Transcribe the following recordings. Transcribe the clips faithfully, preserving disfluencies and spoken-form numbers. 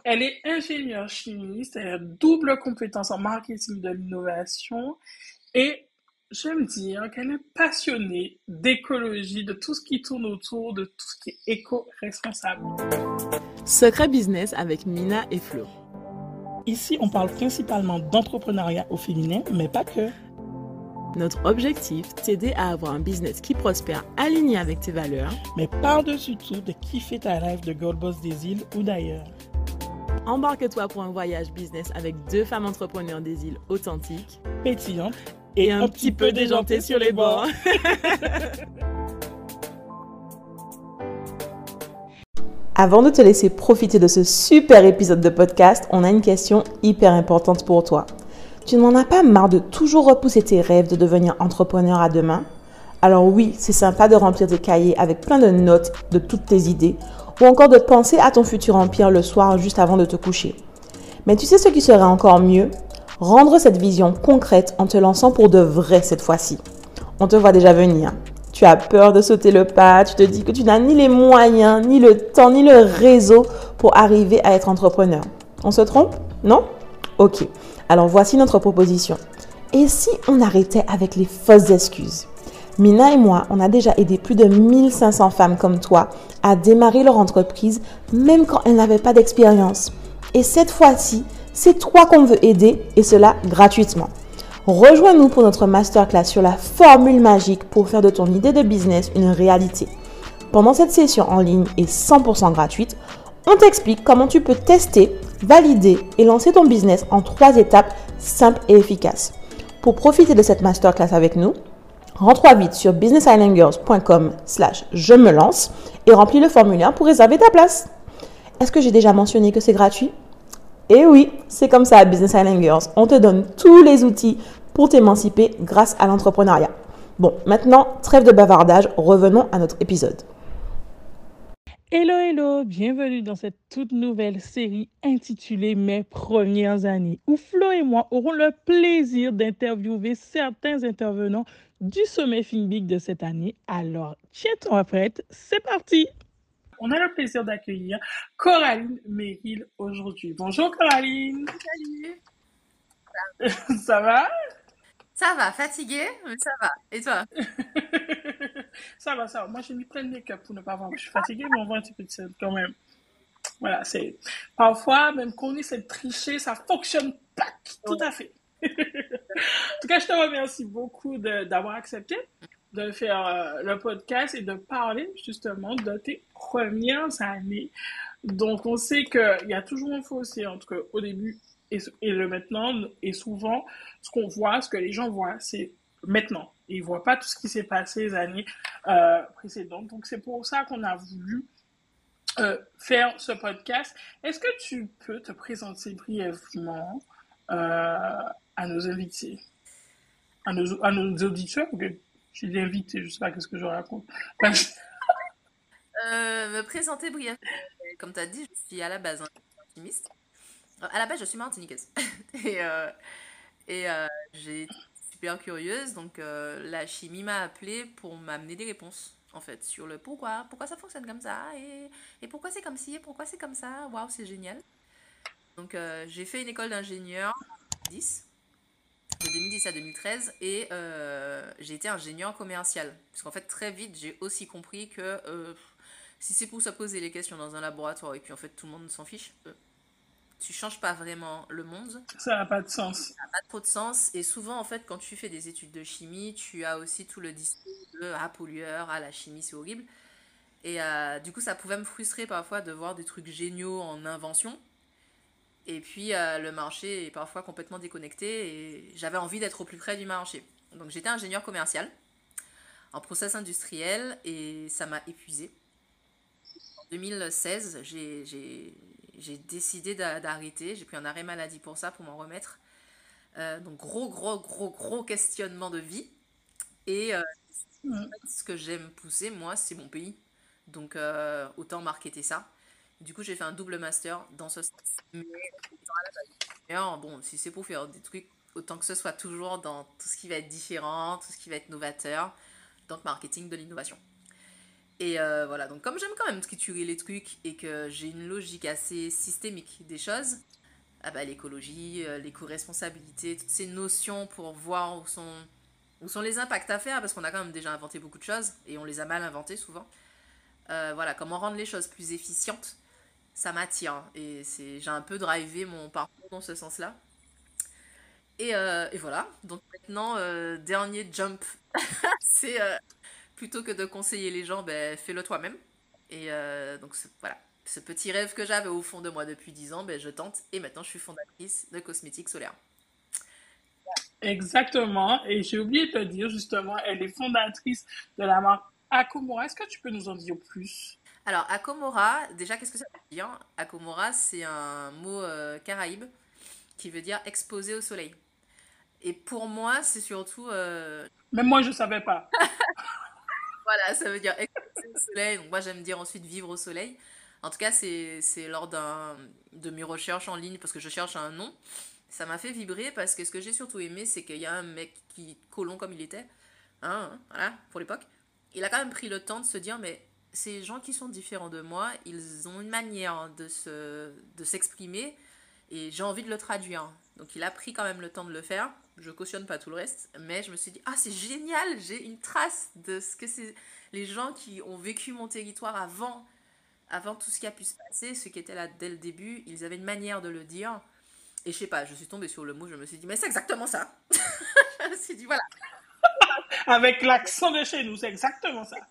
Elle est ingénieure chimiste, elle a double compétence en marketing de l'innovation et j'aime dire qu'elle est passionnée d'écologie, de tout ce qui tourne autour de tout ce qui est éco-responsable. Secret Business avec Mina et Flo. Ici, on parle principalement d'entrepreneuriat au féminin, mais pas que. Notre objectif, t'aider à avoir un business qui prospère aligné avec tes valeurs, mais par-dessus tout, de kiffer ta life de girl boss des îles ou d'ailleurs. Embarque-toi pour un voyage business avec deux femmes entrepreneurs des îles authentiques, pétillantes et, et un, un petit peu déjantées sur les bords. Avant de te laisser profiter de ce super épisode de podcast, on a une question hyper importante pour toi. Tu n'en as pas marre de toujours repousser tes rêves de devenir entrepreneur à demain? Alors oui, c'est sympa de remplir tes cahiers avec plein de notes de toutes tes idées ou encore de penser à ton futur empire le soir juste avant de te coucher. Mais tu sais ce qui serait encore mieux? Rendre cette vision concrète en te lançant pour de vrai cette fois-ci. On te voit déjà venir. Tu as peur de sauter le pas, tu te dis que tu n'as ni les moyens, ni le temps, ni le réseau pour arriver à être entrepreneur. On se trompe? Non? Ok. Alors voici notre proposition. Et si on arrêtait avec les fausses excuses? Mina et moi, on a déjà aidé plus de mille cinq cents femmes comme toi à démarrer leur entreprise, même quand elles n'avaient pas d'expérience. Et cette fois-ci, c'est toi qu'on veut aider et cela gratuitement. Rejoins-nous pour notre masterclass sur la formule magique pour faire de ton idée de business une réalité. Pendant cette session en ligne et cent pour cent gratuite, on t'explique comment tu peux tester, valider et lancer ton business en trois étapes simples et efficaces. Pour profiter de cette masterclass avec nous, rends-toi vite sur business island girls point com slash je me lance et remplis le formulaire pour réserver ta place. Est-ce que j'ai déjà mentionné que c'est gratuit? Et oui, c'est comme ça à Business Island Girls. On te donne tous les outils pour t'émanciper grâce à l'entrepreneuriat. Bon, maintenant, trêve de bavardage, revenons à notre épisode. Hello, hello, bienvenue dans cette toute nouvelle série intitulée Mes premières années, où Flo et moi aurons le plaisir d'interviewer certains intervenants du sommet Finbig de cette année. Alors, tiens-toi prête, c'est parti! On a le plaisir d'accueillir Coraline Meril aujourd'hui. Bonjour Coraline! Salut! Ça va? Ça va, fatiguée, mais ça va. Et toi? Ça va, ça va. Moi, j'ai mis plein de make-up pour ne pas voir que je suis fatiguée, mais on voit un petit peu de ça quand même. Voilà, c'est... Parfois, même qu'on essaie de tricher, ça fonctionne pas tout à fait. En tout cas, je te remercie beaucoup de, d'avoir accepté de faire euh, le podcast et de parler justement de tes premières années. Donc, on sait qu'il y a toujours un fossé entre au début et, et le maintenant. Et souvent, ce qu'on voit, ce que les gens voient, c'est maintenant. Ils ne voient pas tout ce qui s'est passé les années euh, précédentes. Donc, c'est pour ça qu'on a voulu euh, faire ce podcast. Est-ce que tu peux te présenter brièvement euh, à nos invités, à nos, à nos auditeurs? Okay. J'ai dit invité, je ne sais pas qu'est-ce que je raconte. euh, Me présenter brièvement. Comme tu as dit, je suis à la base un chimiste. À la base, je suis martiniquaise. et euh, et euh, j'ai été super curieuse. Donc, euh, la chimie m'a appelée pour m'amener des réponses, en fait, sur le pourquoi. Pourquoi ça fonctionne comme ça et, et pourquoi c'est comme ci et pourquoi c'est comme ça. Waouh, c'est génial. Donc, euh, j'ai fait une école d'ingénieur en deux mille dix. De deux mille dix à deux mille treize et euh, j'ai été ingénieur commercial. Parce qu'en fait, très vite, j'ai aussi compris que euh, si c'est pour se poser les questions dans un laboratoire et puis en fait tout le monde s'en fiche, euh, tu changes pas vraiment le monde. Ça n'a pas de sens. Ça n'a pas trop de sens. Et souvent, en fait, quand tu fais des études de chimie, tu as aussi tout le discours de ah, pollueur, ah, la chimie, c'est horrible. Et euh, du coup, ça pouvait me frustrer parfois de voir des trucs géniaux en invention. Et puis euh, le marché est parfois complètement déconnecté et j'avais envie d'être au plus près du marché. Donc j'étais ingénieur commercial en process industriel et ça m'a épuisée. En deux mille seize, j'ai, j'ai, j'ai décidé d'arrêter. J'ai pris un arrêt maladie pour ça, pour m'en remettre. Euh, donc gros, gros, gros, gros questionnement de vie. Et euh, Mm. ce que j'aime pousser, moi, c'est mon pays. Donc euh, autant marketer ça. Du coup, j'ai fait un double master dans ce sens. Mais alors, bon, si c'est pour faire des trucs, autant que ce soit toujours dans tout ce qui va être différent, tout ce qui va être novateur, donc marketing de l'innovation. Et euh, voilà, donc comme j'aime quand même triturer les trucs et que j'ai une logique assez systémique des choses, ah bah, l'écologie, euh, l'éco-responsabilité, toutes ces notions pour voir où sont, où sont les impacts à faire, parce qu'on a quand même déjà inventé beaucoup de choses et on les a mal inventées souvent. Euh, voilà, comment rendre les choses plus efficientes, ça m'attire. Et c'est, j'ai un peu drivé mon parcours dans ce sens-là. Et, euh, et voilà, donc maintenant, euh, dernier jump, c'est euh, plutôt que de conseiller les gens, ben, fais-le toi-même. Et euh, donc c'est- voilà, ce petit rêve que j'avais au fond de moi depuis dix ans, ben, je tente. Et maintenant, je suis fondatrice de cosmétiques solaires. Exactement. Et j'ai oublié de te dire, justement, elle est fondatrice de la marque Akomora. Est-ce que tu peux nous en dire plus? Alors, Akomora, déjà, qu'est-ce que ça veut dire? Akomora, c'est un mot euh, caraïbe qui veut dire exposé au soleil. Et pour moi, c'est surtout... euh, Même moi, je ne savais pas. voilà, ça veut dire exposé au soleil. Donc moi, j'aime dire ensuite vivre au soleil. En tout cas, c'est c'est lors d'un de mes recherches en ligne, parce que je cherche un nom. Ça m'a fait vibrer parce que ce que j'ai surtout aimé, c'est qu'il y a un mec qui, colon comme il était, hein, hein, voilà, pour l'époque, il a quand même pris le temps de se dire, mais ces gens qui sont différents de moi, ils ont une manière de se, de s'exprimer et j'ai envie de le traduire. Donc il a pris quand même le temps de le faire. Je cautionne pas tout le reste, mais je me suis dit, ah c'est génial, j'ai une trace de ce que c'est les gens qui ont vécu mon territoire avant, avant tout ce qui a pu se passer, ceux qui étaient là dès le début, ils avaient une manière de le dire. Et je sais pas, je suis tombée sur le mot, je me suis dit, mais c'est exactement ça. Je me suis dit, voilà, Avec l'accent de chez nous, c'est exactement ça.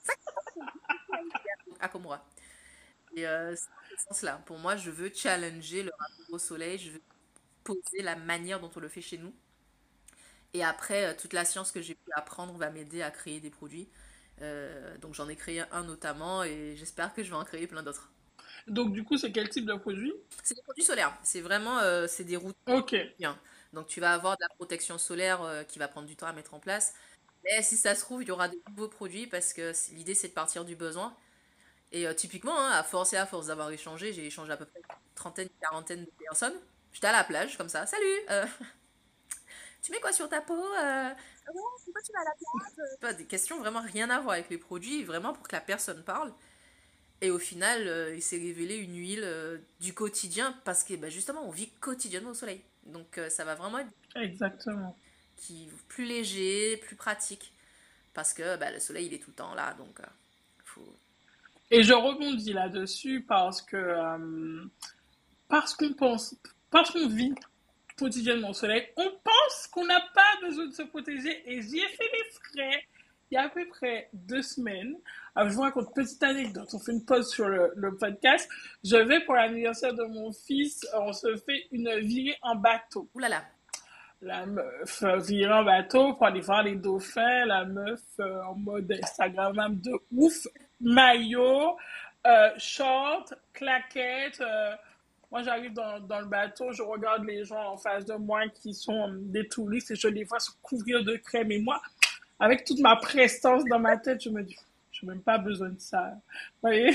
Akomura. Et euh, c'est dans ce sens-là. Pour moi, je veux challenger le rapport au soleil, je veux poser la manière dont on le fait chez nous. Et après, euh, toute la science que j'ai pu apprendre va m'aider à créer des produits. Euh, donc j'en ai créé un notamment et j'espère que je vais en créer plein d'autres. Donc, du coup, c'est quel type de produit? C'est des produits solaires. C'est vraiment, euh, c'est des routines. Ok. Bien. Donc tu vas avoir de la protection solaire euh, qui va prendre du temps à mettre en place. Mais si ça se trouve, il y aura de nouveaux produits parce que c- l'idée c'est de partir du besoin. Et euh, typiquement, hein, à force et à force d'avoir échangé, j'ai échangé à peu près une trentaine, quarantaine de personnes. J'étais à la plage comme ça. Salut, euh, tu mets quoi sur ta peau? euh, Ah ouais, pourquoi tu vas à la plage? Euh, Pas des questions vraiment rien à voir avec les produits, vraiment pour que la personne parle. Et au final, euh, il s'est révélé une huile euh, du quotidien parce que bah, justement, on vit quotidiennement au soleil. Donc euh, ça va vraiment être Exactement. qui, plus léger, plus pratique. Parce que bah, le soleil, il est tout le temps là. Donc, euh, faut... Et je rebondis là-dessus parce que euh, parce qu'on pense, parce qu'on vit quotidiennement au soleil, on pense qu'on n'a pas besoin de se protéger. Et j'y ai fait les frais il y a à peu près deux semaines. Alors, je vous raconte une petite anecdote. On fait une pause sur le, le podcast. Je vais pour l'anniversaire de mon fils. On se fait une virée en bateau. Ouh là là. La meuf euh, vire en bateau pour aller voir les dauphins. La meuf euh, en mode Instagram de ouf. Maillot, euh, short, claquette. euh, Moi, j'arrive dans, dans le bateau, je regarde les gens en face de moi qui sont euh, des touristes et je les vois se couvrir de crème. Et moi, avec toute ma prestance dans ma tête, je me dis, je n'ai même pas besoin de ça. Vous voyez?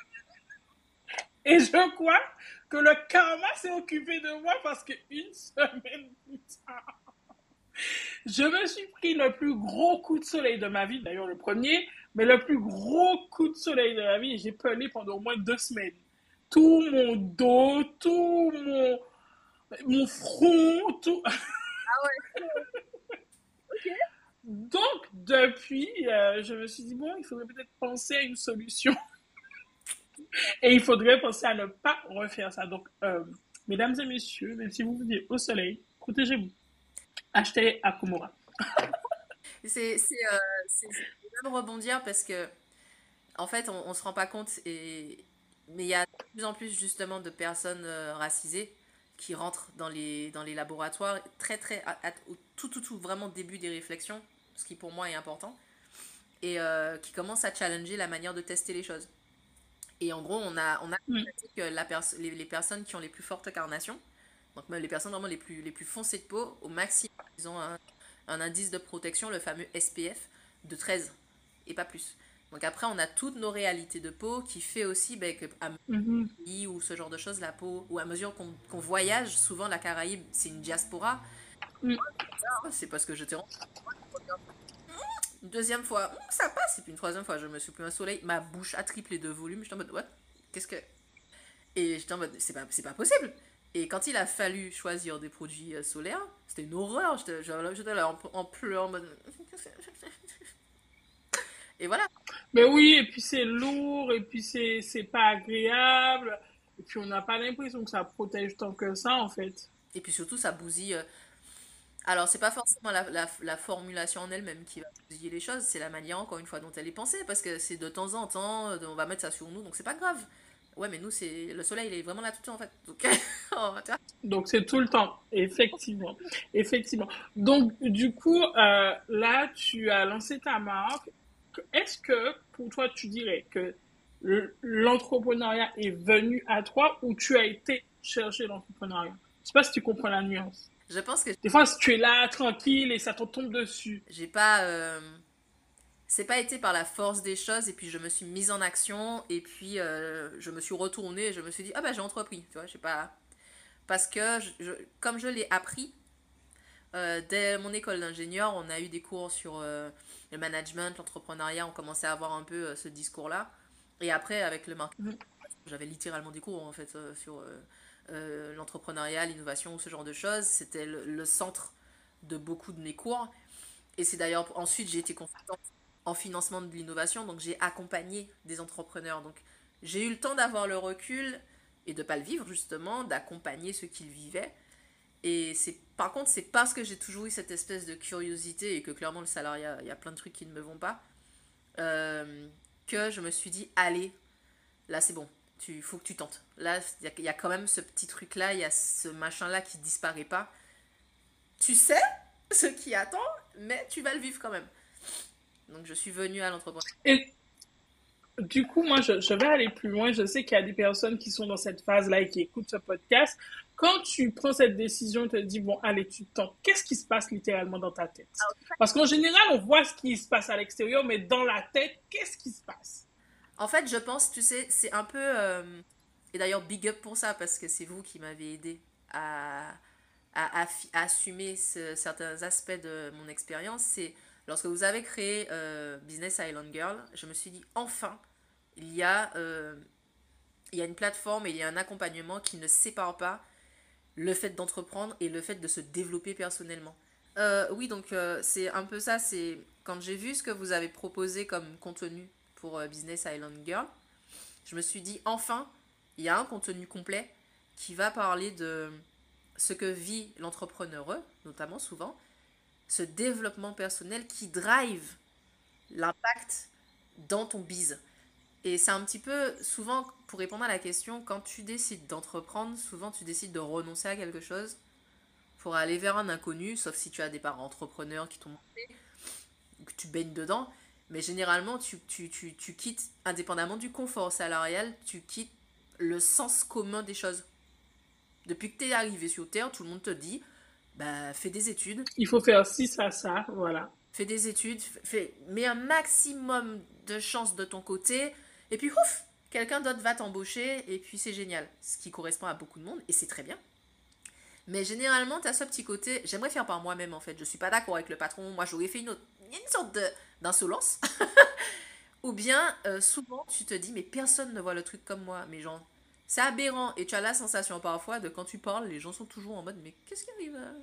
Et je crois que le karma s'est occupé de moi parce qu'une semaine plus tard, je me suis pris le plus gros coup de soleil de ma vie, d'ailleurs le premier, mais le plus gros coup de soleil de ma vie, et j'ai pelé pendant au moins deux semaines. Tout mon dos, tout mon, mon front, tout. Ah ouais. Donc, depuis, euh, je me suis dit, bon, il faudrait peut-être penser à une solution. Et il faudrait penser à ne pas refaire ça. Donc, euh, mesdames et messieurs, même si vous vivez au soleil, protégez-vous. Achetez Akomora. C'est c'est, euh, c'est- c'est bien de rebondir parce que, en fait, on, on se rend pas compte. Et... Mais il y a de plus en plus, justement, de personnes euh, racisées qui rentrent dans les, dans les laboratoires très, très, à- à- au tout, tout, tout, vraiment début des réflexions, ce qui pour moi est important, et euh, qui commencent à challenger la manière de tester les choses. Et en gros, on a, on a Mm. constaté que la pers- les, les personnes qui ont les plus fortes carnations, donc même les personnes vraiment les plus, les plus foncées de peau, au maximum, ils ont un, un indice de protection, le fameux S P F, de treize, et pas plus. Donc après, on a toutes nos réalités de peau qui fait aussi ben, que à Mhm. mesure ou ce genre de choses, la peau, ou à mesure qu'on qu'on voyage, souvent la Caraïbe, c'est une diaspora. Mm. C'est parce que je te rends Une deuxième fois, hum, ça passe. Et puis une troisième fois, je me suis pris un soleil. Ma bouche a triplé de volume. J'étais en mode, what? Qu'est-ce que... Et j'étais en mode, c'est pas, c'est pas possible. Et quand il a fallu choisir des produits euh, solaires, c'était une horreur. J'étais, j'étais là en, en pleurs, en mode... Et voilà. Mais oui, et puis c'est lourd, et puis c'est c'est pas agréable, et puis on n'a pas l'impression que ça protège tant que ça, en fait. Et puis surtout, ça bousille. euh, Alors, c'est pas forcément la, la, la formulation en elle-même qui va bousiller les choses, c'est la manière, encore une fois, dont elle est pensée, parce que c'est de temps en temps, euh, on va mettre ça sur nous, donc c'est pas grave. Ouais, mais nous, c'est le soleil, il est vraiment là tout le temps, en fait. Donc, oh, tu vois. Donc c'est tout le temps, effectivement. Effectivement. Donc du coup, euh, là, tu as lancé ta marque. Est-ce que pour toi, tu dirais que l- l'entrepreneuriat est venu à toi ou tu as été chercher l'entrepreneuriat? Je sais pas si tu comprends la nuance. Je pense que Des fois, si tu es là, tranquille, et ça te tombe dessus. j'ai pas. euh, C'est pas été par la force des choses, et puis je me suis mise en action, et puis euh, je me suis retournée, et je me suis dit, ah bah j'ai entrepris, tu vois, je sais pas. Parce que, je- je- comme je l'ai appris, euh, dès mon école d'ingénieur, on a eu des cours sur euh, le management, l'entrepreneuriat, on commençait à avoir un peu euh, ce discours-là. Et après, avec le marketing, Mhm. j'avais littéralement des cours en fait euh, sur euh, euh, l'entrepreneuriat, l'innovation, ce genre de choses. C'était le, le centre de beaucoup de mes cours. Et c'est d'ailleurs, ensuite, j'ai été consultante en financement de l'innovation, donc j'ai accompagné des entrepreneurs. Donc j'ai eu le temps d'avoir le recul et de ne pas le vivre justement, d'accompagner ceux qui le vivaient. Et c'est, par contre, c'est parce que j'ai toujours eu cette espèce de curiosité et que clairement le salariat, il y a plein de trucs qui ne me vont pas, euh, que je me suis dit, allez, là c'est bon, il faut que tu tentes. Là, il y, a- il y a quand même ce petit truc-là, il y a ce machin-là qui disparaît pas. Tu sais ce qui attend, mais tu vas le vivre quand même. Donc je suis venue à l'entrepreneuriat. Et du coup, moi, je, je vais aller plus loin. Je sais qu'il y a des personnes qui sont dans cette phase-là et qui écoutent ce podcast. Quand tu prends cette décision, tu te dis, bon, allez, tu tentes. Qu'est-ce qui se passe littéralement dans ta tête? Parce qu'en général, on voit ce qui se passe à l'extérieur, mais dans la tête, qu'est-ce qui se passe? En fait, je pense, tu sais, c'est un peu... euh, et d'ailleurs, big up pour ça, parce que c'est vous qui m'avez aidé à, à, affi- à assumer ce- certains aspects de mon expérience. C'est lorsque vous avez créé euh, Business Island Girl, je me suis dit, enfin, il y a, euh, il y a une plateforme et il y a un accompagnement qui ne sépare pas le fait d'entreprendre et le fait de se développer personnellement. Euh, oui, donc euh, c'est un peu ça, c'est quand j'ai vu ce que vous avez proposé comme contenu pour euh, Business Island Girl, je me suis dit, enfin, il y a un contenu complet qui va parler de ce que vit l'entrepreneureux, notamment souvent, ce développement personnel qui drive l'impact dans ton biz. Et c'est un petit peu, souvent, pour répondre à la question, quand tu décides d'entreprendre, souvent tu décides de renoncer à quelque chose pour aller vers un inconnu, sauf si tu as des parents entrepreneurs qui t'ont montré, que tu baignes dedans. Mais généralement, tu, tu, tu, tu quittes, indépendamment du confort salarial, tu quittes le sens commun des choses. Depuis que tu es arrivé sur Terre, tout le monde te dit, bah, fais des études, Il faut faire ci, ça, ça, voilà. fais des études, fais, mets un maximum de chances de ton côté, et puis ouf, quelqu'un d'autre va t'embaucher, et puis c'est génial. Ce qui correspond à beaucoup de monde, et c'est très bien. Mais généralement, tu as ce petit côté, j'aimerais faire par moi-même en fait, je suis pas d'accord avec le patron, moi j'aurais fait une, autre, une sorte de, d'insolence. Ou bien, euh, souvent, tu te dis, mais personne ne voit le truc comme moi, mais genre, c'est aberrant, et tu as la sensation parfois de quand tu parles, les gens sont toujours en mode, mais qu'est-ce qui arrive là.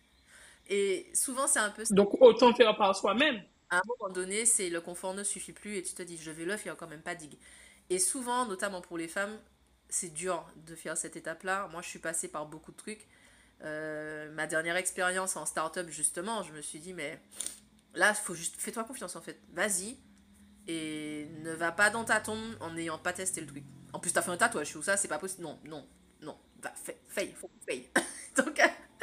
Et souvent, c'est un peu ça. Donc, autant faire par soi-même. À un moment donné, c'est le confort ne suffit plus et tu te dis, je vais le faire quand même, pas digue. Et souvent, notamment pour les femmes, c'est dur de faire cette étape-là. Moi, je suis passée par beaucoup de trucs. Euh, ma dernière expérience en start-up, justement, je me suis dit, mais là, faut juste, fais-toi confiance en fait. Vas-y et ne va pas dans ta tombe en n'ayant pas testé le truc. En plus, t'as fait un tatouage sur ça, c'est pas possible. Non, non, non. Va, fais, fais, faut que tu payes. Donc,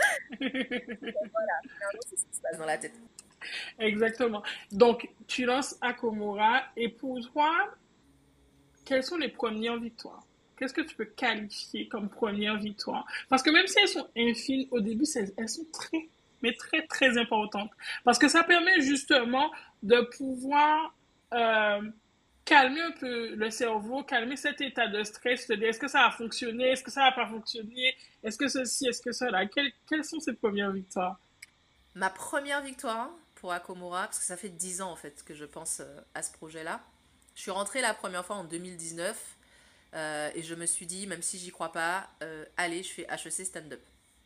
voilà, c'est ce qui se passe dans la tête. Exactement. Donc, tu lances Akomora et pour toi, quelles sont les premières victoires? Qu'est-ce que tu peux qualifier comme première victoire? Parce que même si elles sont infimes, au début, elles sont très, mais très, très importantes. Parce que ça permet justement de pouvoir euh, calmer un peu le cerveau, calmer cet état de stress, te dire est-ce que ça a fonctionné, est-ce que ça n'a pas fonctionné, est-ce que ceci, est-ce que cela. Quelles, quelles sont ces premières victoires? Ma première victoire, pour Akomora, parce que ça fait dix ans en fait que je pense euh, à ce projet-là. Je suis rentrée la première fois en deux mille dix-neuf euh, et je me suis dit, même si j'y crois pas, euh, allez, je fais H E C stand-up.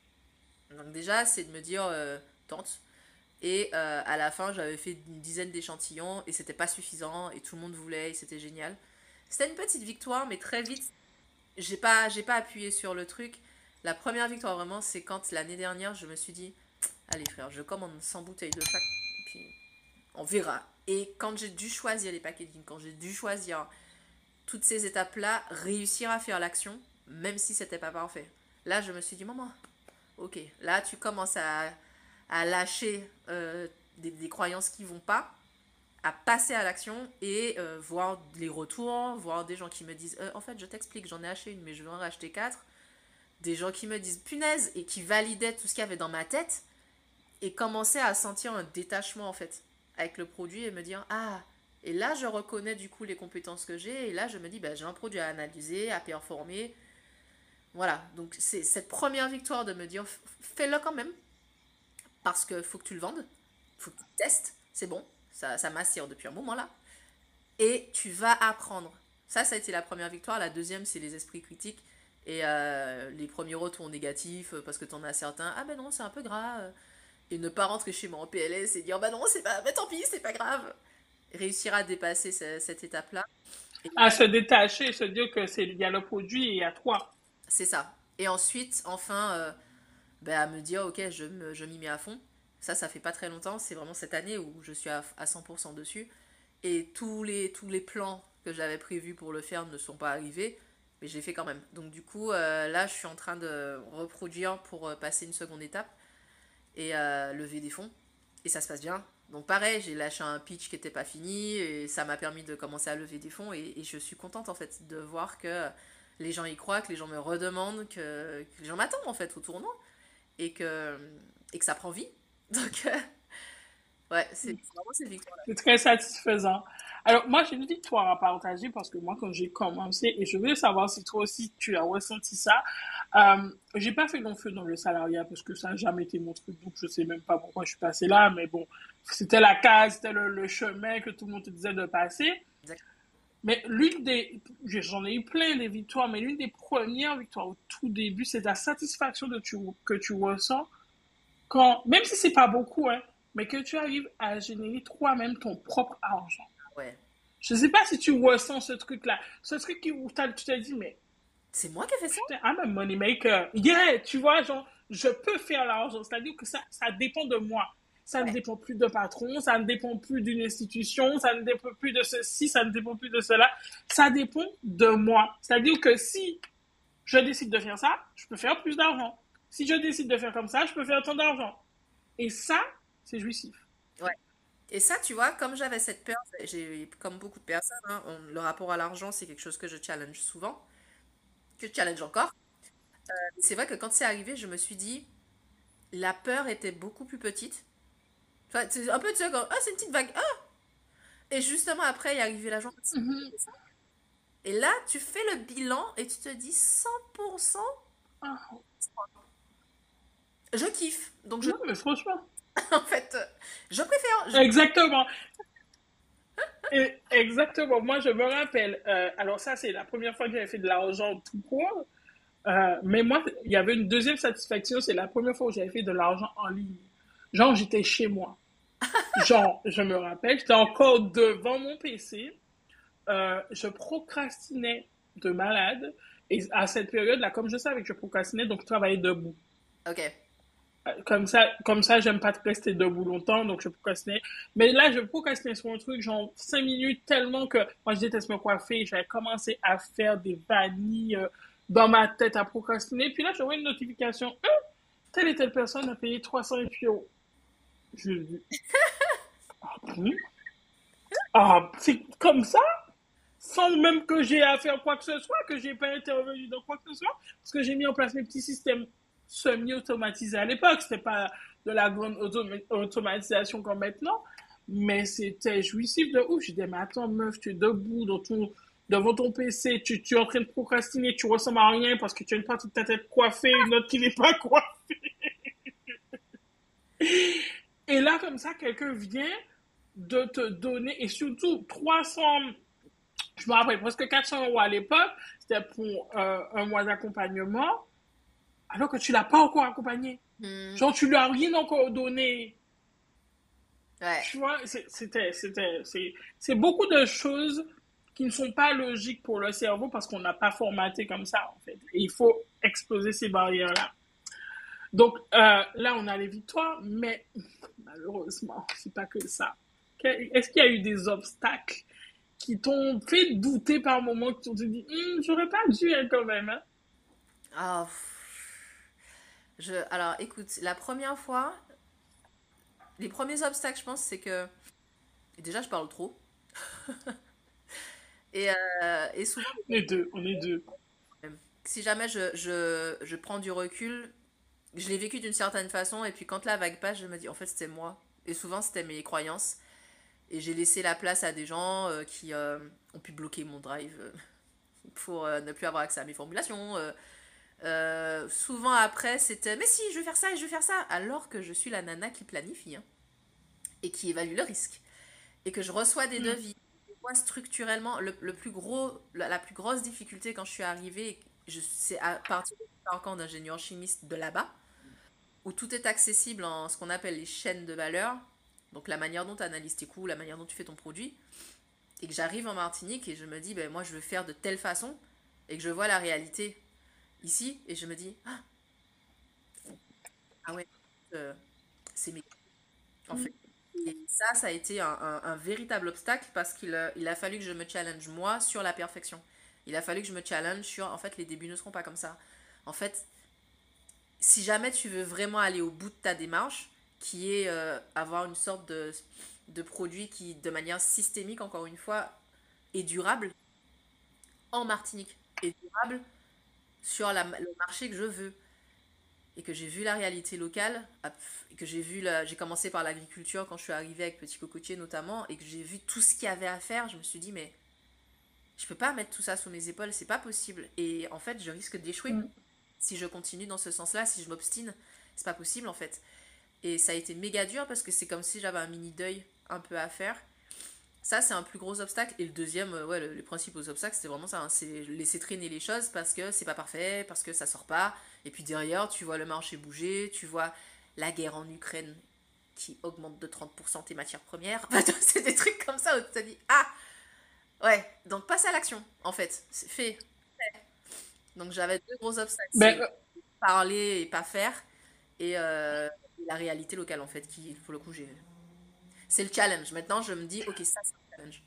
Donc déjà, c'est de me dire, euh, tente. Et euh, à la fin, j'avais fait une dizaine d'échantillons et c'était pas suffisant et tout le monde voulait et c'était génial. C'était une petite victoire, mais très vite, j'ai pas, j'ai pas appuyé sur le truc. La première victoire vraiment, c'est quand l'année dernière, je me suis dit, allez frère, je commande cent bouteilles de chaque, et puis on verra. Et quand j'ai dû choisir les packaging, quand j'ai dû choisir toutes ces étapes-là, réussir à faire l'action, même si c'était pas parfait. Là, je me suis dit, maman, ok, là tu commences à, à lâcher euh, des, des croyances qui vont pas, à passer à l'action et euh, voir les retours, voir des gens qui me disent euh, en fait je t'explique, j'en ai acheté une mais je vais en racheter quatre, des gens qui me disent punaise et qui validaient tout ce qu'il y avait dans ma tête et commencer à sentir un détachement en fait avec le produit et me dire ah, et là je reconnais du coup les compétences que j'ai et là je me dis bah, j'ai un produit à analyser, à performer, voilà. Donc c'est cette première victoire de me dire fais-le quand même parce que faut que tu le vendes, faut que tu testes, c'est bon. Ça, ça m'assure depuis un moment là. Et tu vas apprendre. Ça, ça a été la première victoire. La deuxième, c'est les esprits critiques. Et euh, les premiers retours négatifs, parce que t'en as certains. Ah ben non, c'est un peu grave. Et ne pas rentrer chez moi en P L S et dire bah non, c'est pas. Mais tant pis, c'est pas grave. Réussir à dépasser ce, cette étape-là. Et À se détacher, se dire que c'est il y a le produit et il y a toi. c'est ça. Et ensuite, enfin, euh, ben, à me dire ok, je, me, je m'y mets à fond. Ça, ça fait pas très longtemps. C'est vraiment cette année où je suis à, à cent pour cent dessus. Et tous les, tous les plans que j'avais prévus pour le faire ne sont pas arrivés. Mais je l'ai fait quand même. Donc du coup, euh, là, je suis en train de reproduire pour euh, passer une seconde étape. Et euh, lever des fonds. Et ça se passe bien. Donc pareil, j'ai lâché un pitch qui n'était pas fini. Et ça m'a permis de commencer à lever des fonds. Et, et je suis contente en fait de voir que les gens y croient, que les gens me redemandent, que, que les gens m'attendent en fait au tournoi. Et que, et que ça prend vie. Donc, euh, ouais, c'est vraiment cette victoire-là. C'est très satisfaisant. Alors, moi, j'ai une victoire à partager parce que moi, quand j'ai commencé, et je voulais savoir si toi aussi tu as ressenti ça, euh, j'ai pas fait long feu dans le salariat parce que ça n'a jamais été mon truc, donc je sais même pas pourquoi je suis passée là, mais bon, c'était la case, c'était le, le chemin que tout le monde te disait de passer. Exact. Mais l'une des, j'en ai eu plein des victoires, mais l'une des premières victoires au tout début, c'est la satisfaction de tu, que tu ressens quand, même si c'est pas beaucoup, hein, mais que tu arrives à générer toi-même ton propre argent. Ouais. Je sais pas si tu ressens ce truc-là. Ce truc qui, où t'as- tu t'es dit, mais C'est moi qui ai fait ça? putain, I'm a money maker. Yeah, tu vois, genre, je peux faire l'argent. C'est-à-dire que ça, ça dépend de moi. Ça ne Ouais. dépend plus de patron, ça ne dépend plus d'une institution, ça ne dépend plus de ceci, ça ne dépend plus de cela. Ça dépend de moi. C'est-à-dire que si je décide de faire ça, je peux faire plus d'argent. Si je décide de faire comme ça, je peux faire tant d'argent. Et ça, c'est jouissif. Ouais. Et ça, tu vois, comme j'avais cette peur, j'ai, comme beaucoup de personnes, hein, on- le rapport à l'argent, c'est quelque chose que je challenge souvent, que je challenge encore. Et c'est vrai que quand c'est arrivé, je me suis dit, la peur était beaucoup plus petite. Enfin, c'est un peu, tu sais, comme, ah, c'est une petite vague, ah! Et justement, après, il est arrivé l'argent. Mhm. Et là, tu fais le bilan et tu te dis cent pour cent, Ah, je kiffe. Donc, je, non, mais franchement. en fait, euh, je préfère. je- Exactement. Et- exactement. Moi, je me rappelle. Euh, alors ça, c'est la première fois que j'avais fait de l'argent tout court. Euh, mais moi, il y avait une deuxième satisfaction. C'est la première fois où j'avais fait de l'argent en ligne. Genre, j'étais chez moi. Genre, je me rappelle, j'étais encore devant mon P C. Euh, je procrastinais de malade. Et à cette période-là, comme je savais que je procrastinais, donc je travaillais debout. Ok. Comme ça, comme ça, j'aime pas rester debout longtemps, donc je procrastinais. Mais là, je procrastinais sur un truc, genre cinq minutes, tellement que moi, je déteste me coiffer. J'avais commencé à faire des vanilles euh, dans ma tête à procrastiner. Puis là, je vois une notification. Hum, telle et telle personne a payé trois cents euros. Je dis, ah bon? Ah, c'est comme ça? Sans même que j'ai à faire quoi que ce soit, que j'ai pas intervenu dans quoi que ce soit, parce que j'ai mis en place mes petits systèmes semi-automatisés à l'époque. C'était pas de la grande autom- automatisation comme maintenant, mais c'était jouissif de ouf. J'ai dit, mais attends, meuf, tu es debout dans ton, devant ton P C, tu, tu es en train de procrastiner, tu ressembles à rien parce que tu as une partie de ta tête coiffée, une autre qui n'est pas coiffée. Et là, comme ça, quelqu'un vient de te donner, et surtout trois cents, je me rappelle, presque quatre cents euros à l'époque, c'était pour euh, un mois d'accompagnement, alors que tu l'as pas encore accompagné. Hmm. Genre, tu lui as rien encore donné. Ouais. Tu vois, c'est- c'était, c'était, c'est, c'est beaucoup de choses qui ne sont pas logiques pour le cerveau parce qu'on n'a pas formaté comme ça, en fait. Et il faut exploser ces barrières-là. Donc, euh, là, on a les victoires, mais malheureusement, c'est pas que ça. Que- Est-ce qu'il y a eu des obstacles qui t'ont fait douter par moment, que tu te dis, Hum, j'aurais pas dû hein, quand même, hein? Ah, pff. je... Alors, écoute, la première fois, les premiers obstacles, je pense, c'est que déjà, je parle trop. Et, euh, et souvent, On est deux, on est deux. si jamais je, je, je prends du recul, je l'ai vécu d'une certaine façon, et puis quand la vague passe, je me dis, en fait, c'était moi. Et souvent, c'était mes croyances. Et j'ai laissé la place à des gens euh, qui euh, ont pu bloquer mon drive euh, pour euh, ne plus avoir accès à mes formulations. euh. Euh, souvent après, c'était mais si, je vais faire ça et je vais faire ça. Alors que je suis la nana qui planifie hein, et qui évalue le risque. Et que je reçois des Hum, devis. Moi, structurellement, le, le plus gros, la, la plus grosse difficulté quand je suis arrivée, je, c'est à partir du parcours d'ingénieur chimiste de là-bas, où tout est accessible en ce qu'on appelle les chaînes de valeur. Donc la manière dont tu analyses tes coûts, la manière dont tu fais ton produit. Et que j'arrive en Martinique et je me dis, ben moi je veux faire de telle façon. Et que je vois la réalité ici et je me dis, ah, ah ouais, euh, c'est mes... En fait. Et ça, ça a été un, un- un véritable obstacle parce qu'il a, il a fallu que je me challenge moi sur la perfection. Il a fallu que je me challenge sur, en fait, les débuts ne seront pas comme ça. En fait, si jamais tu veux vraiment aller au bout de ta démarche, qui est euh, avoir une sorte de, de produit qui, de manière systémique, encore une fois, est durable en Martinique, est durable sur la- le marché que je veux. Et que j'ai vu la réalité locale, et que j'ai vu la- j'ai commencé par l'agriculture quand je suis arrivée avec Petit Cocotier notamment, et que j'ai vu tout ce qu'il y avait à faire, je me suis dit, mais je peux pas mettre tout ça sous mes épaules, c'est pas possible. Et en fait, je risque d'échouer hum, si je continue dans ce sens-là, si je m'obstine. C'est pas possible en fait. Et ça a été méga dur parce que c'est comme si j'avais un mini deuil un peu à faire. Ça, c'est un plus gros obstacle. Et le deuxième, euh, ouais, le- les principaux obstacles, c'est vraiment ça, hein. C'est laisser traîner les choses parce que c'est pas parfait, parce que ça sort pas. Et puis derrière, tu vois le marché bouger, tu vois la guerre en Ukraine qui augmente de trente pour cent tes matières premières. C'est des trucs comme ça où tu te dis, ah, ouais, donc passe à l'action, en fait. C'est fait. Donc j'avais deux gros obstacles, Ben, c'est parler et pas faire, et euh, la réalité locale, en fait, qui, pour le coup, j'ai... C'est le challenge. Maintenant, je me dis, ok, ça, c'est un challenge.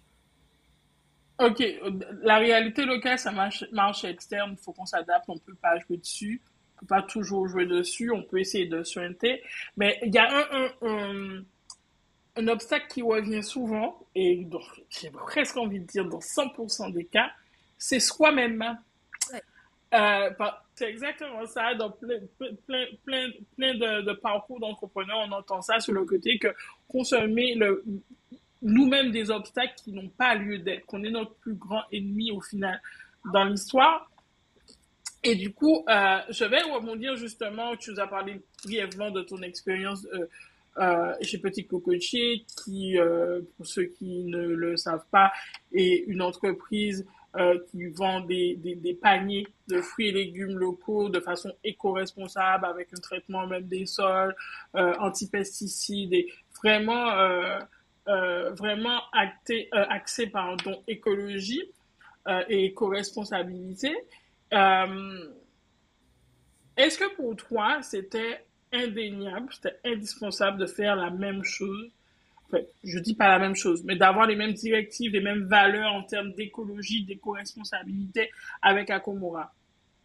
ok, la réalité locale, ça marche, marche externe, il faut qu'on s'adapte, on peut pas jouer dessus, on peut pas toujours jouer dessus, on peut essayer de suinter, mais il y a un, un, un, un obstacle qui revient souvent, et donc, j'ai presque envie de dire dans cent pour cent des cas, c'est soi-même. Ouais. Euh, c'est exactement ça. Dans plein, plein, plein, plein de, de parcours d'entrepreneurs, on entend ça sur le côté que qu'on se met le, nous-mêmes des obstacles qui n'ont pas lieu d'être, qu'on est notre plus grand ennemi au final dans l'histoire. Et du coup, euh, je vais rebondir justement, tu nous as parlé brièvement de ton expérience euh, euh, chez Petit Cocotier, qui, euh, pour ceux qui ne le savent pas, est une entreprise euh, qui vend des, des, des paniers de fruits et légumes locaux de façon éco-responsable, avec un traitement même des sols, euh, anti-pesticides, et vraiment, euh, euh, vraiment acté, euh, axé pardon, écologie euh, et éco-responsabilité. Euh, Est-ce que pour toi, c'était indéniable, c'était indispensable de faire la même chose? Enfin, je dis pas la même chose, mais d'avoir les mêmes directives, les mêmes valeurs en termes d'écologie, d'éco-responsabilité avec Akomora.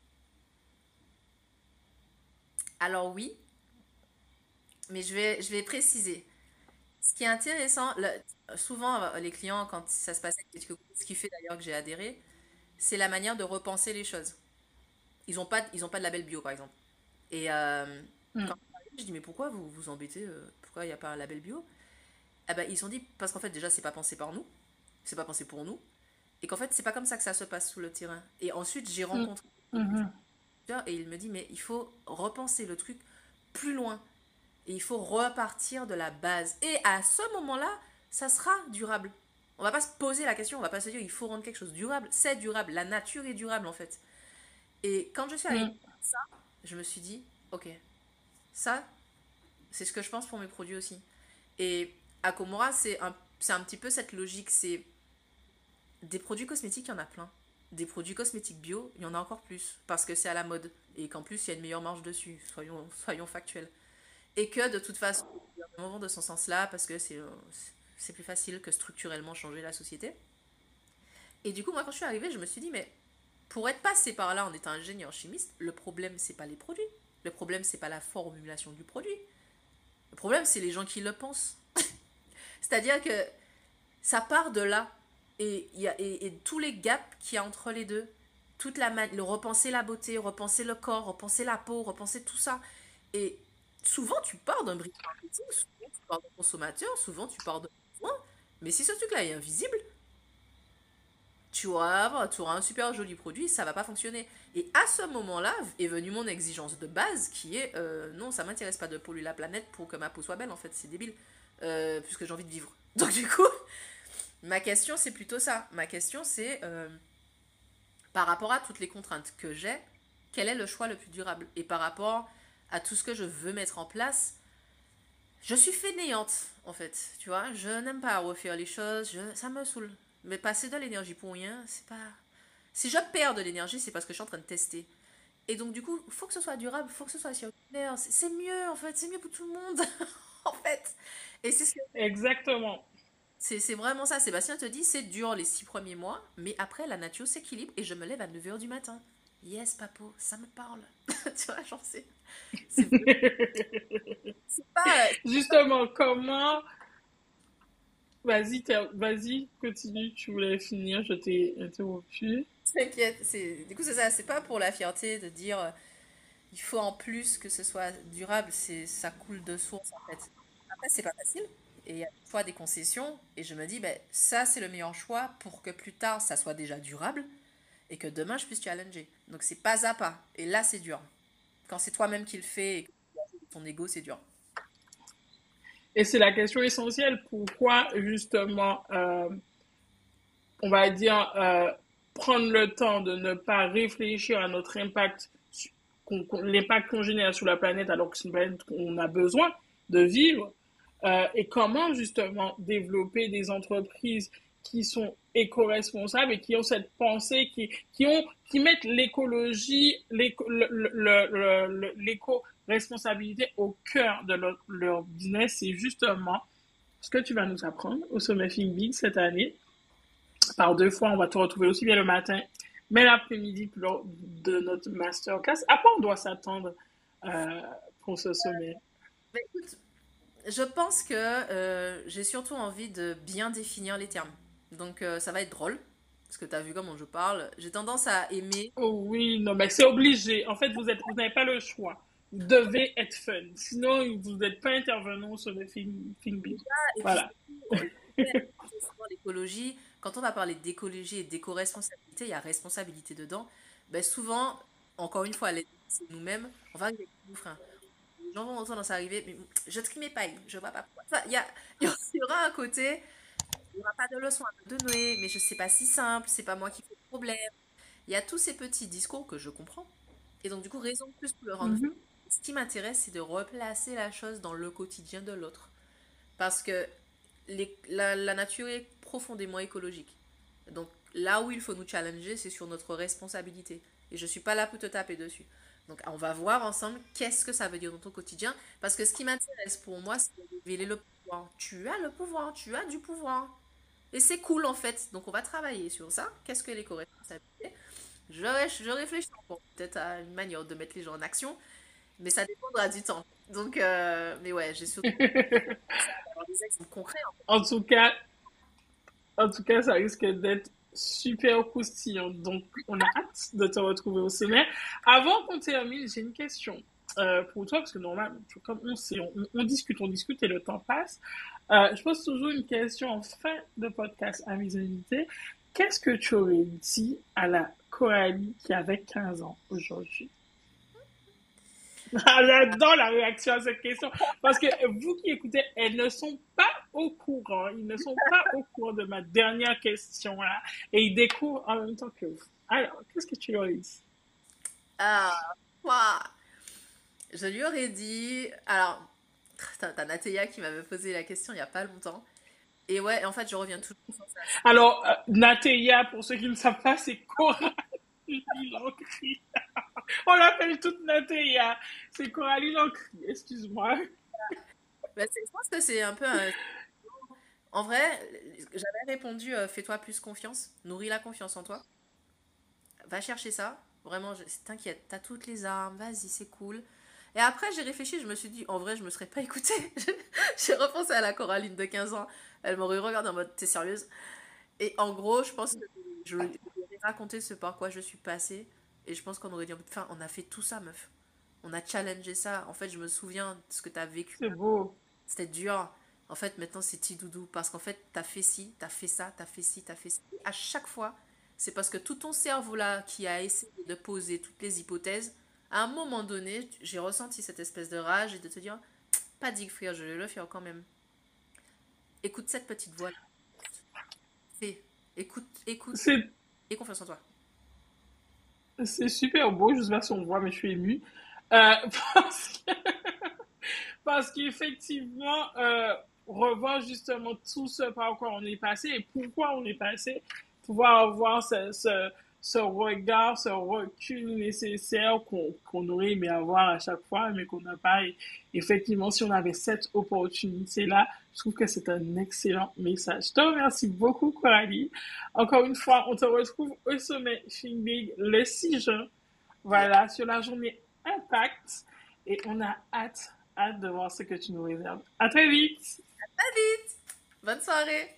Alors oui, mais je vais, je vais préciser. Ce qui est intéressant, le- souvent euh, les clients, quand ça se passe avec Petit Coco, ce qui fait d'ailleurs que j'ai adhéré, c'est la manière de repenser les choses. Ils n'ont pas, ils ont pas de label bio, par exemple. Et euh, quand Mm, je dis, mais pourquoi vous vous embêtez euh, pourquoi il n'y a pas un label bio? Eh ben, ils se sont dit, parce qu'en fait, déjà, c'est pas pensé par nous, c'est pas pensé pour nous, et qu'en fait, c'est pas comme ça que ça se passe sous le terrain. Et ensuite, j'ai mm, rencontré mhm, et il me dit, mais il faut repenser le truc plus loin. Et il faut repartir de la base. Et à ce moment-là, ça sera durable. On va pas se poser la question, on va pas se dire il faut rendre quelque chose durable. C'est durable, la nature est durable en fait. Et quand je suis arrivée Mm. à ça, je me suis dit, ok, ça, c'est ce que je pense pour mes produits aussi. Et à Komora, c'est un, c'est un petit peu cette logique, c'est des produits cosmétiques, il y en a plein. Des produits cosmétiques bio, il y en a encore plus, parce que c'est à la mode. Et qu'en plus, il y a une meilleure marge dessus, soyons, soyons factuels. Et que de toute façon, le gouvernement va de son sens-là, parce que c'est, euh, c'est plus facile que structurellement changer la société. Et du coup, moi, quand je suis arrivée, je me suis dit, mais pour être passé par là en étant ingénieur chimiste, le problème, c'est pas les produits. Le problème, c'est pas la formulation du produit. Le problème, c'est les gens qui le pensent. C'est-à-dire que ça part de là. Et, y a, et, et tous les gaps qu'il y a entre les deux, toute la ma- le repenser la beauté, repenser le corps, repenser la peau, repenser tout ça. Et souvent, tu pars d'un brief marketing, souvent tu pars d'un consommateur, souvent tu pars de besoin. Mais si ce truc-là est invisible, tu auras, tu auras un super joli produit, ça va pas fonctionner. Et à ce moment-là est venue mon exigence de base qui est euh, non, ça m'intéresse pas de polluer la planète pour que ma peau soit belle, en fait, c'est débile, euh, puisque j'ai envie de vivre. Donc, du coup, ma question, c'est plutôt ça. Ma question, c'est euh, par rapport à toutes les contraintes que j'ai, quel est le choix le plus durable? Et par rapport à tout ce que je veux mettre en place, je suis fainéante, en fait. Tu vois, je n'aime pas refaire les choses, je, ça me saoule. Mais passer de l'énergie pour rien, c'est pas. Si je perds de l'énergie, c'est parce que je suis en train de tester. Et donc, du coup, il faut que ce soit durable, il faut que ce soit circulaire. C'est c'est mieux, en fait, c'est mieux pour tout le monde, en fait. Et c'est ce que- Exactement. c'est c'est vraiment ça. Sébastien te dit, c'est dur les six premiers mois, mais après, la nature s'équilibre et je me lève à neuf heures du matin. Yes, papo, ça me parle. Tu vois, j'en sais. C'est c'est pas. euh, Justement, comment... Vas-y, ter- vas-y, continue, tu voulais finir, je t'ai interrompu. T'inquiète. c'est- Du coup, c'est ça. C'est pas pour la fierté de dire euh, il faut en plus que ce soit durable. C'est Ça coule de source, en fait. Après, c'est pas facile. Et il y a des fois des concessions. Et je me dis, ben, ça, c'est le meilleur choix pour que plus tard, ça soit déjà durable et que demain, je puisse challenger. Donc, c'est pas à pas. Et là, c'est dur. Quand c'est toi-même qui le fais et que ton ego, c'est dur. Et c'est la question essentielle. Pourquoi, justement, euh, on va dire, euh, prendre le temps de ne pas réfléchir à notre impact, su- qu'on- qu'on- l'impact qu'on génère sur la planète alors que c'est une planète qu'on a besoin de vivre, euh, et comment justement développer des entreprises qui sont éco-responsables et qui ont cette pensée, qui, qui ont, qui mettent l'écologie, l'éco, le, le, le, le- l'éco-responsabilité au cœur de leur, leur business. C'est justement ce que tu vas nous apprendre au sommet Think Big cette année. Par deux fois, on va te retrouver aussi bien le matin, mais l'après-midi lors de notre masterclass. À quoi on doit s'attendre euh, pour ce sommet? Mais écoute, je pense que euh, j'ai surtout envie de bien définir les termes. Donc, euh, ça va être drôle. Parce que tu as vu comment je parle. J'ai tendance à aimer. Oh oui, non, mais c'est obligé. En fait, vous êtes, vous n'avez pas le choix. Vous devez être fun. Sinon, vous n'êtes pas intervenant sur le film, film Big. Et puis, Voilà. surtout, euh, c'est souvent l'écologie. Quand on va parler d'écologie et d'éco-responsabilité, il y a responsabilité dedans. Ben, souvent, encore une fois, les- c'est nous-mêmes, on va arriver avec des freins. Les gens vont entendre ça arriver, mais je trie mes pailles, je vois pas pourquoi. Enfin, il y a, il y aura un côté, il n'y aura pas de leçon à me donner, mais je sais pas si simple, c'est pas moi qui fais le problème. Il y a tous ces petits discours que je comprends. Et donc, du coup, raison de plus pour le rendre. Mhm. Ce qui m'intéresse, c'est de replacer la chose dans le quotidien de l'autre. Parce que les- la, la nature est profondément écologique. Donc là où il faut nous challenger, c'est sur notre responsabilité. Et je ne suis pas là pour te taper dessus. Donc on va voir ensemble qu'est-ce que ça veut dire dans ton quotidien. Parce que ce qui m'intéresse pour moi, c'est de révéler le pouvoir. Tu as le pouvoir, tu as du pouvoir. Et c'est cool en fait. Donc on va travailler sur ça. Qu'est-ce que l'éco-responsabilité? Je, ré- je réfléchis encore peut-être à une manière de mettre les gens en action. Mais ça dépendra du temps. Donc, euh, mais ouais, j'ai surtout avoir des exemples concrets. En tout cas, en tout cas, ça risque d'être super croustillant. Donc, on a hâte de te retrouver au sommet. Avant qu'on termine, j'ai une question euh, pour toi, parce que normalement, comme on sait, on, on discute, on discute et le temps passe. Euh, je pose toujours une question en fin de podcast à mes invités. Qu'est-ce que tu aurais dit à la Coralie qui avait quinze ans aujourd'hui? Ah, j'adore la réaction à cette question. Parce que vous qui écoutez, elles ne sont pas au courant. Ils ne sont pas au courant de ma dernière question là. Et ils découvrent en même temps que vous. Alors, qu'est-ce que tu leur as dit? Ah, ouah. Je lui aurais dit. Alors, t'as t'as Natéa qui m'avait posé la question il n'y a pas longtemps. Et ouais, en fait, je reviens toujours sur ça. Alors, euh, Natéa, pour ceux qui ne savent pas, c'est Coralie Lancry. On l'appelle toute Natéa. C'est Coralie Lancry, excuse-moi. Bah, c'est- je pense que c'est un peu un- En vrai, j'avais répondu euh, fais-toi plus confiance, nourris la confiance en toi. Va chercher ça. Vraiment, je- t'inquiète, t'as toutes les armes, vas-y, c'est cool. Et après, j'ai réfléchi, je me suis dit, en vrai, je me serais pas écoutée. J'ai repensé à la Coraline de quinze ans. Elle m'aurait regardé en mode, t'es sérieuse? Et en gros, je pense que je lui ai raconté ce par quoi je suis passée. Et je pense qu'on aurait dit, enfin, on a fait tout ça, meuf. On a challengé ça. En fait, je me souviens de ce que t'as vécu. C'est beau. C'était dur. En fait, maintenant, c'est petit doudou. Parce qu'en fait, t'as fait ci, t'as fait ça, t'as fait ci, t'as fait ci. À chaque fois, c'est parce que tout ton cerveau-là qui a essayé de poser toutes les hypothèses, à un moment donné, j'ai ressenti cette espèce de rage et de te dire, pas dit frère, je vais le faire quand même. Écoute cette petite voix. Fais. Écoute, écoute. C'est Et confiance en toi. c'est super beau. Je sais pas si on voit, mais je suis émue. Euh, parce que- parce qu'effectivement, euh, revoir justement tout ce par quoi on est passé et pourquoi on est passé, pouvoir avoir ce, ce, ce regard, ce recul nécessaire qu'on qu'on aurait aimé avoir à chaque fois, mais qu'on n'a pas. Et effectivement, si on avait cette opportunité-là, je trouve que c'est un excellent message. Je te remercie beaucoup, Coralie. Encore une fois, on te retrouve au sommet Think Big le six juin, voilà, sur la journée Impact. Et on a hâte, hâte de voir ce que tu nous réserves. À très vite! Bonne soirée!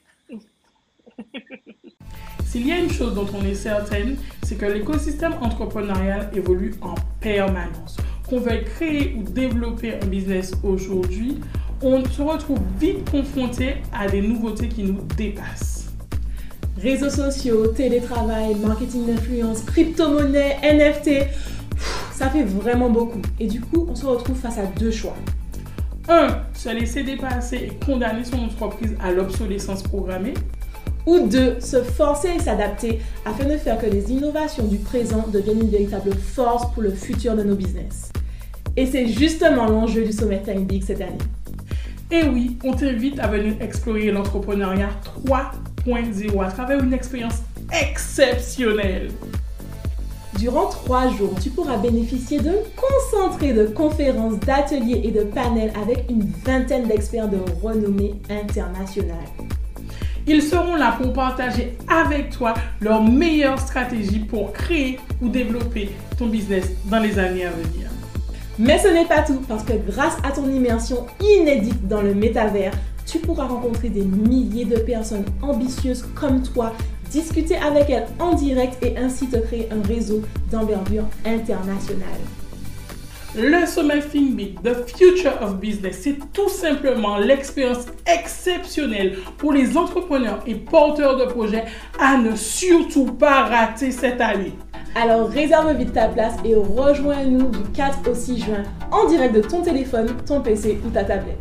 S'il y a une chose dont on est certaine, c'est que l'écosystème entrepreneurial évolue en permanence. Qu'on veuille créer ou développer un business aujourd'hui, on se retrouve vite confronté à des nouveautés qui nous dépassent. Réseaux sociaux, télétravail, marketing d'influence, crypto-monnaie, N F T, ça fait vraiment beaucoup. Et du coup, on se retrouve face à deux choix. un. Se laisser dépasser et condamner son entreprise à l'obsolescence programmée. Ou deux, se forcer et s'adapter afin de faire que les innovations du présent deviennent une véritable force pour le futur de nos business. Et c'est justement l'enjeu du sommet Think Big cette année. Et oui, on t'invite à venir explorer l'entrepreneuriat trois point zéro à travers une expérience exceptionnelle. Durant trois jours, tu pourras bénéficier d'un concentré de conférences, d'ateliers et de panels avec une vingtaine d'experts de renommée internationale. Ils seront là pour partager avec toi leurs meilleures stratégies pour créer ou développer ton business dans les années à venir. Mais ce n'est pas tout, parce que grâce à ton immersion inédite dans le métavers, tu pourras rencontrer des milliers de personnes ambitieuses comme toi, discuter avec elles en direct et ainsi te créer un réseau d'envergure internationale. Le sommet Think Big, The Future of Business, c'est tout simplement l'expérience exceptionnelle pour les entrepreneurs et porteurs de projets à ne surtout pas rater cette année. Alors réserve vite ta place et rejoins-nous du quatre au six juin en direct de ton téléphone, ton P C ou ta tablette.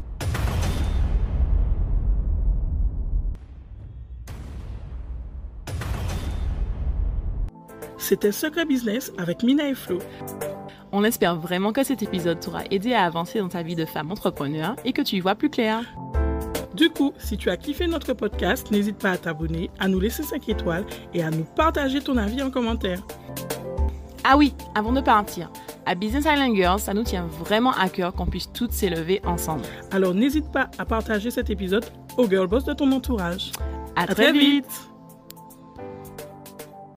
C'était Secret Business avec Mina et Flo. On espère vraiment que cet épisode t'aura aidé à avancer dans ta vie de femme entrepreneur et que tu y vois plus clair. Du coup, si tu as kiffé notre podcast, n'hésite pas à t'abonner, à nous laisser cinq étoiles et à nous partager ton avis en commentaire. Ah oui, avant de partir, à Business Island Girls, ça nous tient vraiment à cœur qu'on puisse toutes s'élever ensemble. Alors n'hésite pas à partager cet épisode aux girl boss de ton entourage. À, À très très vite. vite.